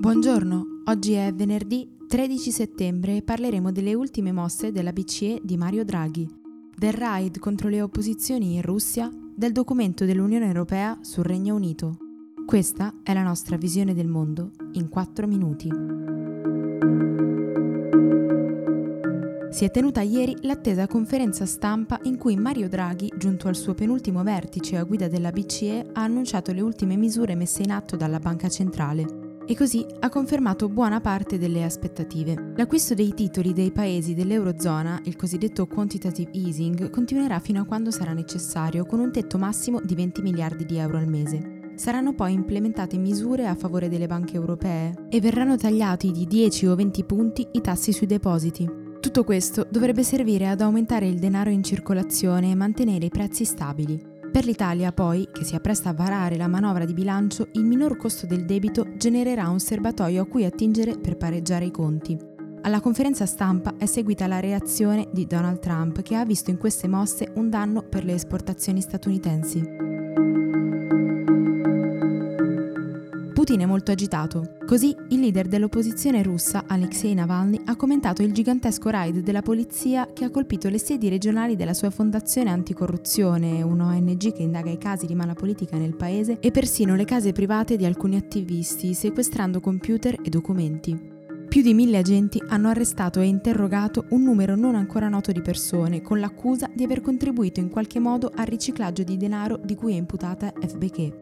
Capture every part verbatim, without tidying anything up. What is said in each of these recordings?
Buongiorno, oggi è venerdì tredici settembre e parleremo delle ultime mosse della B C E di Mario Draghi, del raid contro le opposizioni in Russia, del documento dell'Unione Europea sul Regno Unito. Questa è la nostra visione del mondo in quattro minuti. Si è tenuta ieri l'attesa conferenza stampa in cui Mario Draghi, giunto al suo penultimo vertice a guida della B C E, ha annunciato le ultime misure messe in atto dalla Banca Centrale. E così ha confermato buona parte delle aspettative. L'acquisto dei titoli dei paesi dell'Eurozona, il cosiddetto quantitative easing, continuerà fino a quando sarà necessario, con un tetto massimo di venti miliardi di euro al mese. Saranno poi implementate misure a favore delle banche europee e verranno tagliati di dieci o venti punti i tassi sui depositi. Tutto questo dovrebbe servire ad aumentare il denaro in circolazione e mantenere i prezzi stabili. Per l'Italia, poi, che si appresta a varare la manovra di bilancio, il minor costo del debito genererà un serbatoio a cui attingere per pareggiare i conti. Alla conferenza stampa è seguita la reazione di Donald Trump, che ha visto in queste mosse un danno per le esportazioni statunitensi. Putin è molto agitato. Così il leader dell'opposizione russa, Alexei Navalny, ha commentato il gigantesco raid della polizia che ha colpito le sedi regionali della sua fondazione anticorruzione, un'O N G che indaga i casi di mala politica nel paese, e persino le case private di alcuni attivisti, sequestrando computer e documenti. Più di mille agenti hanno arrestato e interrogato un numero non ancora noto di persone, con l'accusa di aver contribuito in qualche modo al riciclaggio di denaro di cui è imputata F B K.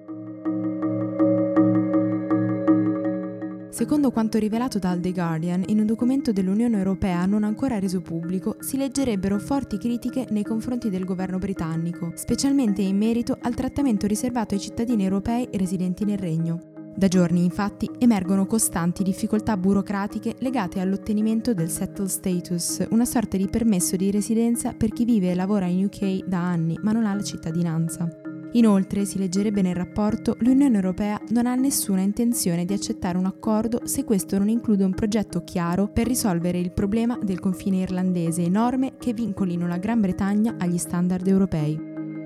Secondo quanto rivelato dal The Guardian, in un documento dell'Unione Europea non ancora reso pubblico, si leggerebbero forti critiche nei confronti del governo britannico, specialmente in merito al trattamento riservato ai cittadini europei residenti nel Regno. Da giorni, infatti, emergono costanti difficoltà burocratiche legate all'ottenimento del settled status, una sorta di permesso di residenza per chi vive e lavora in U K da anni ma non ha la cittadinanza. Inoltre, si leggerebbe nel rapporto, l'Unione Europea non ha nessuna intenzione di accettare un accordo se questo non include un progetto chiaro per risolvere il problema del confine irlandese e norme che vincolino la Gran Bretagna agli standard europei.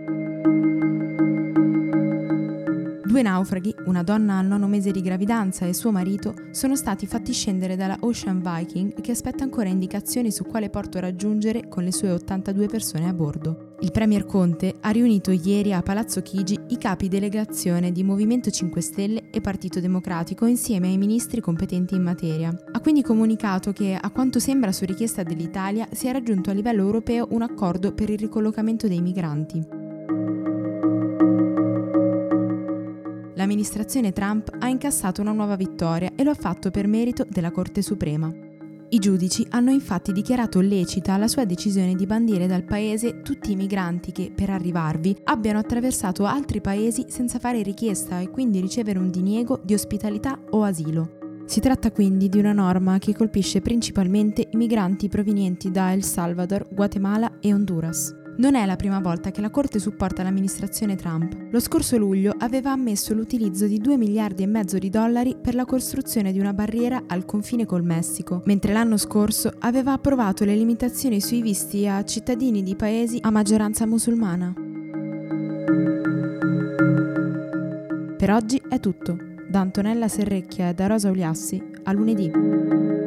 Due naufraghi, una donna al nono mese di gravidanza e suo marito, sono stati fatti scendere dalla Ocean Viking, che aspetta ancora indicazioni su quale porto raggiungere con le sue ottantadue persone a bordo. Il premier Conte ha riunito ieri a Palazzo Chigi i capi delegazione di Movimento cinque Stelle e Partito Democratico insieme ai ministri competenti in materia. Ha quindi comunicato che, a quanto sembra su richiesta dell'Italia, si è raggiunto a livello europeo un accordo per il ricollocamento dei migranti. L'amministrazione Trump ha incassato una nuova vittoria e lo ha fatto per merito della Corte Suprema. I giudici hanno infatti dichiarato lecita la sua decisione di bandire dal paese tutti i migranti che, per arrivarvi, abbiano attraversato altri paesi senza fare richiesta e quindi ricevere un diniego di ospitalità o asilo. Si tratta quindi di una norma che colpisce principalmente i migranti provenienti da El Salvador, Guatemala e Honduras. Non è la prima volta che la Corte supporta l'amministrazione Trump. Lo scorso luglio aveva ammesso l'utilizzo di due miliardi e mezzo di dollari per la costruzione di una barriera al confine col Messico, mentre l'anno scorso aveva approvato le limitazioni sui visti a cittadini di paesi a maggioranza musulmana. Per oggi è tutto. Da Antonella Serrecchia e da Rosa Uliassi, a lunedì.